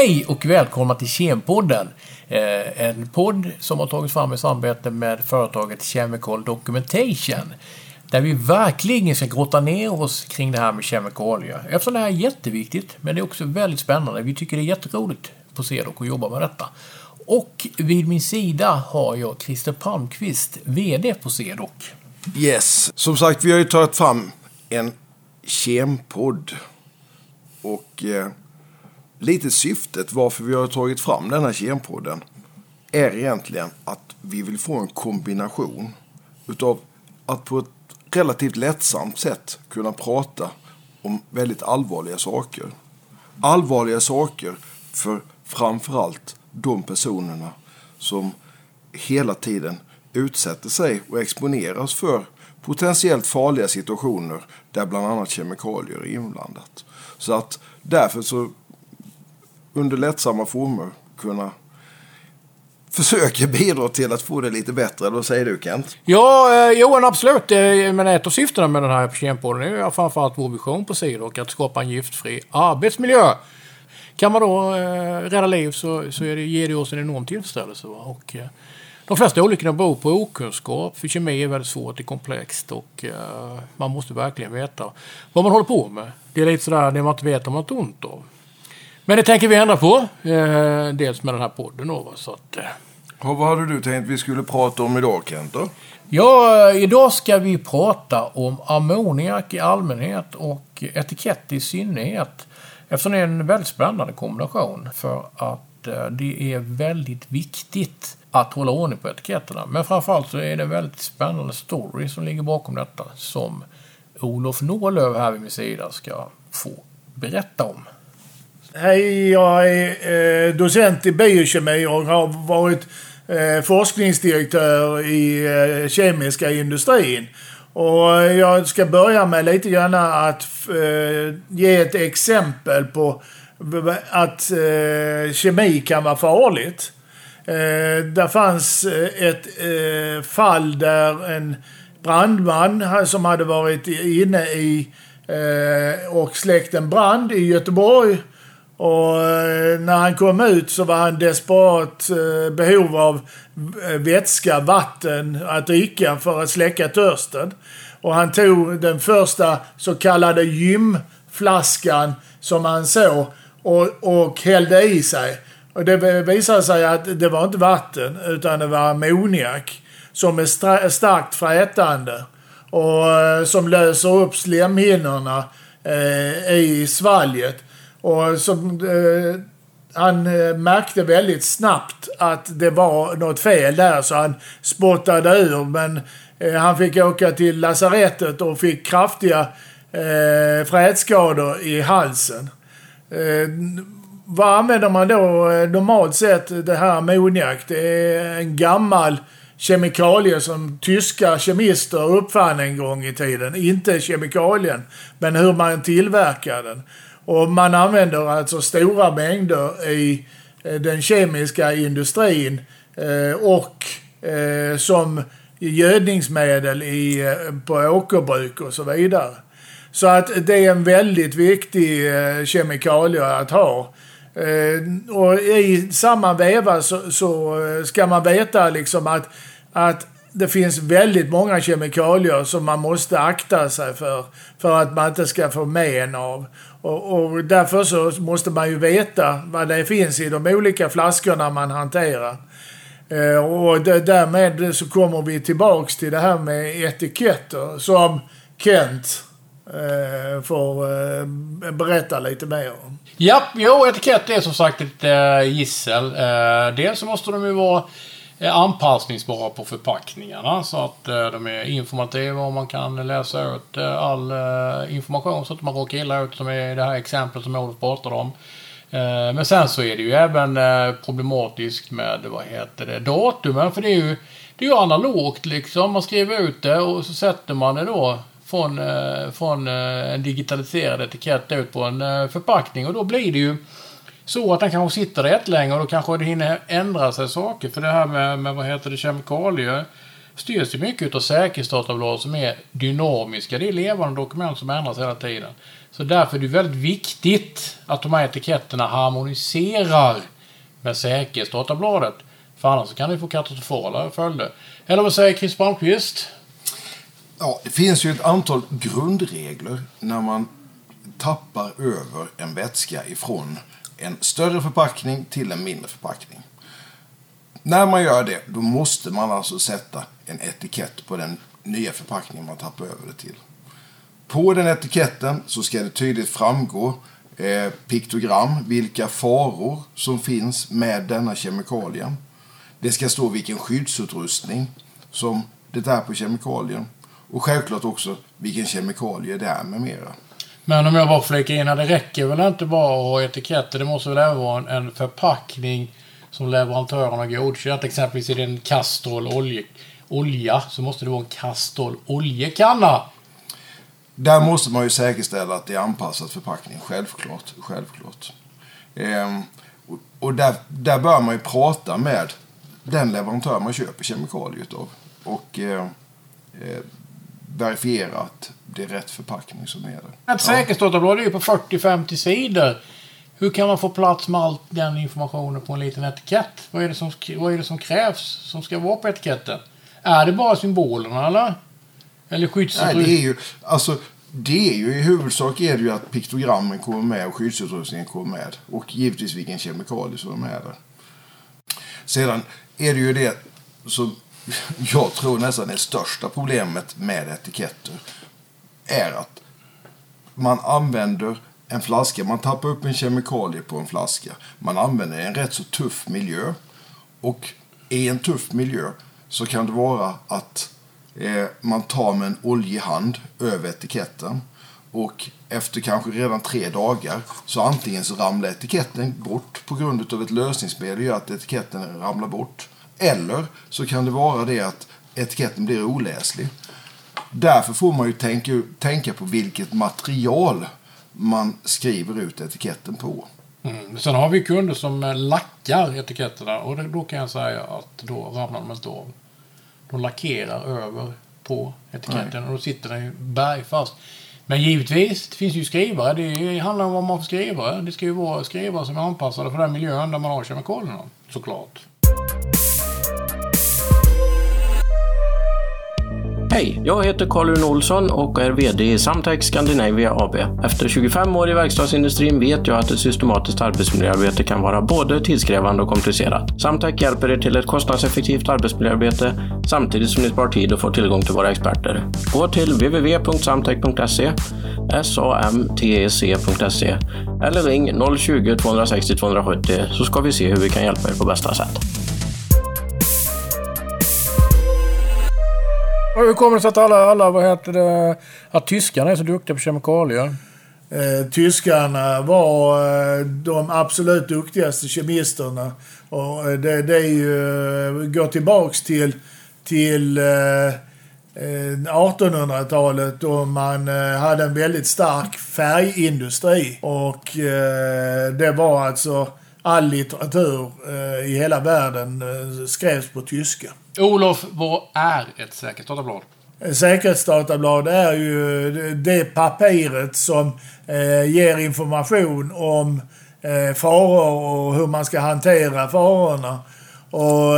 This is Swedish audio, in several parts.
Hej och välkomna till Kempodden. En podd som har tagits fram i samarbete med företaget Chemical Documentation. Där vi verkligen ska grotta ner oss kring det här med kemikalier. Eftersom det här är jätteviktigt, men det är också väldigt spännande. Vi tycker det är jätteroligt på CEDOC att jobba med detta. Och vid min sida har jag Christer Palmqvist, vd på CEDOC. Yes, som sagt vi har ju tagit fram en kempodd. Och lite syftet varför vi har tagit fram den här kempodden är egentligen att vi vill få en kombination utav att på ett relativt lättsamt sätt kunna prata om väldigt allvarliga saker. Allvarliga saker för framförallt de personerna som hela tiden utsätter sig och exponeras för potentiellt farliga situationer där bland annat kemikalier är inblandat. Så att därför så under lättsamma former kunna försöka bidra till att få det lite bättre. Då säger du, Kent? Ja, Johan, absolut. Men ett av syftena med den här kempodden är ju framförallt vår vision på CEDOC, att skapa en giftfri arbetsmiljö. Kan man då rädda liv så ger det oss en enorm tillfredsställelse. Va? Och de flesta olyckorna beror på okunskap, för kemi är väldigt svårt, det är komplext och man måste verkligen veta vad man håller på med. Det är lite sådär när man inte vet om man har ont av. Men det tänker vi ändra på, dels med den här podden. Då, så att, vad hade du tänkt vi skulle prata om idag, Kent? Då? Ja, idag ska vi prata om ammoniak i allmänhet och etikett i synnerhet. Eftersom det är en väldigt spännande kombination, för att det är väldigt viktigt att hålla ordning på etiketterna. Men framförallt så är det en väldigt spännande story som ligger bakom detta, som Olof Norlöv här vid min sida ska få berätta om. Hej, jag är docent i biokemi och har varit forskningsdirektör i kemiska industrin. Och jag ska börja med lite grann att ge ett exempel på att kemi kan vara farligt. Det fanns ett fall där en brandman som hade varit inne i och släckt en brand i Göteborg. Och när han kom ut så var han desperat behov av vätska, vatten att dricka för att släcka törsten. Och han tog den första så kallade gymflaskan som han såg och hällde i sig. Och det visade sig att det var inte vatten utan det var ammoniak som är starkt frätande och som löser upp slemhinnorna i svalget. Och han märkte väldigt snabbt att det var något fel där, så han spottade ur. Men han fick åka till lasarettet och fick kraftiga frätskador i halsen. Vad använder man då normalt sett det här ammoniak? Det är en gammal kemikalie som tyska kemister uppfann en gång i tiden. Inte kemikalien, men hur man tillverkar den. Och man använder alltså stora mängder i den kemiska industrin och som gödningsmedel på åkerbruk och så vidare. Så att det är en väldigt viktig kemikalie att ha. Och i samma veva så ska man veta liksom att det finns väldigt många kemikalier som man måste akta sig för att man inte ska få men av. Och därför så måste man ju veta vad det finns i de olika flaskorna man hanterar. Och därmed så kommer vi tillbaks till det här med etiketter som Kent får berätta lite mer om. Ja, etikett är som sagt ett gissel. Dels så måste de ju vara anpassningsbara på förpackningarna så att de är informativa och man kan läsa ut all information så att man råkar illa ut, som är det här exemplet som Olof pratade om. Men sen så är det ju även problematiskt med datumen, för det är ju analogt liksom. Man skriver ut det och så sätter man det då från en digitaliserad etikett ut på en förpackning, och då blir det ju så att den kanske sitter rätt länge och då kanske det hinner ändra sig saker. För det här med kemikalier, styrs ju mycket av säkerhetsdatablad som är dynamiska. Det är levande dokument som ändras hela tiden. Så därför är det väldigt viktigt att de här etiketterna harmoniserar med säkerhetsdatabladet. För annars så kan det få katastrofala följder. Eller vad säger Chris Palmqvist? Ja, det finns ju ett antal grundregler när man tappar över en vätska ifrån en större förpackning till en mindre förpackning. När man gör det, då måste man alltså sätta en etikett på den nya förpackningen man tappar över det till. På den etiketten så ska det tydligt framgå piktogram, vilka faror som finns med denna kemikalien. Det ska stå vilken skyddsutrustning som det är på kemikalien. Och självklart också vilken kemikalie det är med mera. Men om jag bara flikar in här, det räcker väl inte bara att ha etiketter. Det måste väl även vara en förpackning som leverantören har godkänt. Exempelvis är det en Castrol olja så måste det vara en Castrol oljekanna. Där måste man ju säkerställa att det är anpassat förpackning, självklart. Och där bör man ju prata med den leverantör man köper kemikalier av och verifiera att det är rätt förpackning som är det. Ett säkerhetsdatablad är ju på 40-50 sidor. Hur kan man få plats med all den informationen på en liten etikett? Vad är det som krävs som ska vara på etiketten? Är det bara symbolerna eller? Eller skyddsutrustning? Nej, det är ju i huvudsak är det ju att piktogrammen kommer med och skyddsutrustningen kommer med. Och givetvis vilken kemikalie som är med där. Sedan är det ju det som jag tror nästan är största problemet med etiketter. Är att man använder en flaska, man tappar upp en kemikalie på en flaska. Man använder en rätt så tuff miljö. Och i en tuff miljö så kan det vara att man tar med en oljehand över etiketten. Och efter kanske redan 3 dagar så antingen så ramlar etiketten bort på grund av ett lösningsmedel gör att etiketten ramlar bort. Eller så kan det vara det att etiketten blir oläslig. Därför får man ju tänka på vilket material man skriver ut etiketten på. Sen har vi kunder som lackar etiketterna och då kan jag säga att då ramlar de inte av. De lackerar över på etiketten och då sitter den ju bergfast. Men givetvis, det finns ju skrivare. Det handlar om vad man får skriva. Det ska ju vara skrivare som är anpassade för den miljön där man har kemikalierna, såklart. Hej, jag heter Carl-Rune Olsson och är vd i Samtec Scandinavia AB. Efter 25 år i verkstadsindustrin vet jag att ett systematiskt arbetsmiljöarbete kan vara både tidskrävande och komplicerat. Samtec hjälper er till ett kostnadseffektivt arbetsmiljöarbete samtidigt som ni sparar tid och får tillgång till våra experter. Gå till www.samtec.se, samtec.se eller ring 020 260 270 så ska vi se hur vi kan hjälpa er på bästa sätt. Och hur kommer det sig att att tyskarna är så duktiga på kemikalier? Tyskarna var de absolut duktigaste kemisterna. Och det går tillbaks till 1800-talet då man hade en väldigt stark färgindustri. Och det var alltså all litteratur i hela världen skrevs på tyska. Olof, vad är ett säkerhetsdatablad? Säkerhetsdatablad är ju det papperet som ger information om faror och hur man ska hantera farorna. Och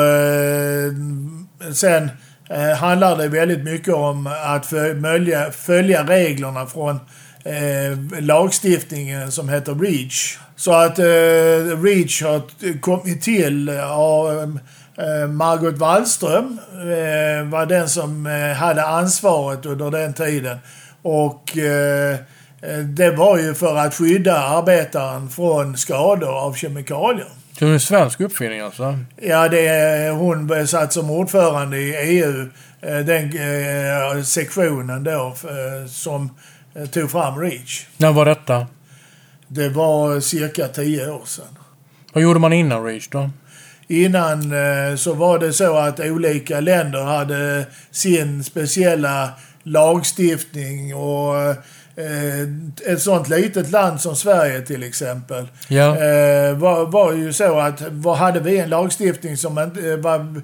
sen handlar det väldigt mycket om att följa reglerna från lagstiftningen som heter REACH. Så att REACH har kommit till av Margot Wallström var den som hade ansvaret under den tiden. Och det var ju för att skydda arbetaren från skador av kemikalier. Det är en svensk uppfinning alltså? Ja, hon satt som ordförande i EU, den sektionen då som tog fram REACH. När var detta? Det var cirka 10 år sedan. Vad gjorde man innan REACH då? Innan så var det så att olika länder hade sin speciella lagstiftning och ett sånt litet land som Sverige till exempel var ju så att hade vi en lagstiftning som inte var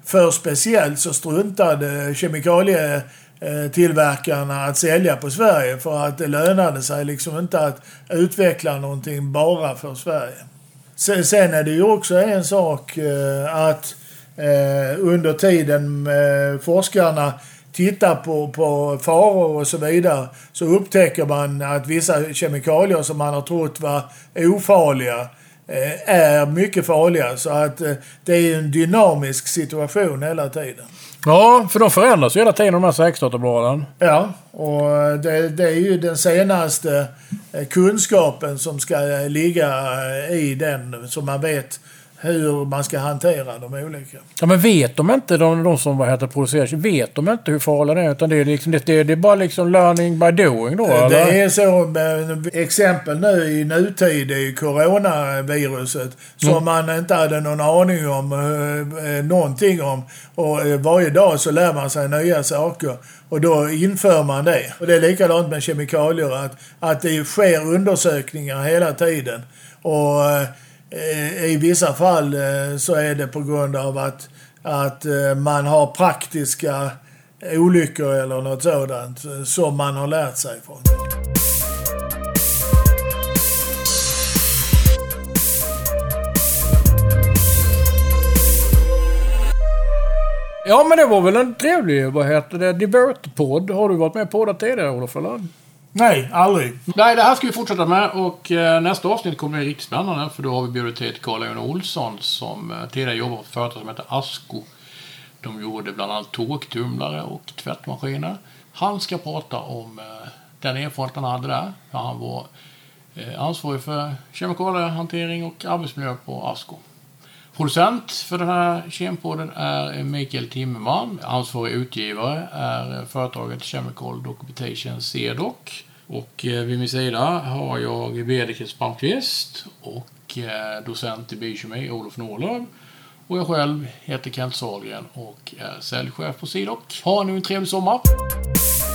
för speciellt så struntade kemikalietillverkarna att sälja på Sverige för att det lönade sig liksom inte att utveckla någonting bara för Sverige. Sen är det ju också en sak att under tiden forskarna tittar på faror och så vidare så upptäcker man att vissa kemikalier som man har trott var ofarliga är mycket farliga. Så att det är en dynamisk situation hela tiden. Ja, för de förändras ju hela tiden de här 6-databladen. Ja, och det är ju den senaste kunskapen som ska ligga i den så man vet hur man ska hantera de olika. Ja, men vet de inte, de som producerar, vet de inte hur farliga det är, utan det är, liksom, det är bara liksom learning by doing då, eller? Det är så, exempel nu i nutid i coronaviruset som man inte hade någon aning om någonting om, och varje dag så lär man sig nya saker och då inför man det. Och det är likadant med kemikalier, att det sker undersökningar hela tiden, och i vissa fall så är det på grund av att man har praktiska olyckor eller något sådant som man har lärt sig från. Ja, men det var väl en trevlig, Divert-podd. Har du varit med på det tidigare, Olof, eller? Nej, aldrig. Nej, det här ska vi fortsätta med, och nästa avsnitt kommer bli riktigt spännande, för då har vi bjudit till Carl-Johan Olsson som tidigare jobbar på ett företag som heter Asko. De gjorde bland annat tågtumlare och tvättmaskiner. Han ska prata om den erfarenhet han hade där. Han var ansvarig för kemikaliehantering och arbetsmiljö på Asko. Producent för den här kempodden är Mikael Timmerman. Ansvarig utgivare är företaget Chemical Documentation CDOC. Och vid min sida har jag Vedekes Palmqvist och docent i biokemi Olof Norlöv. Och jag själv heter Kent Sahlgren och är säljchef på CDOC. Ha nu en trevlig sommar!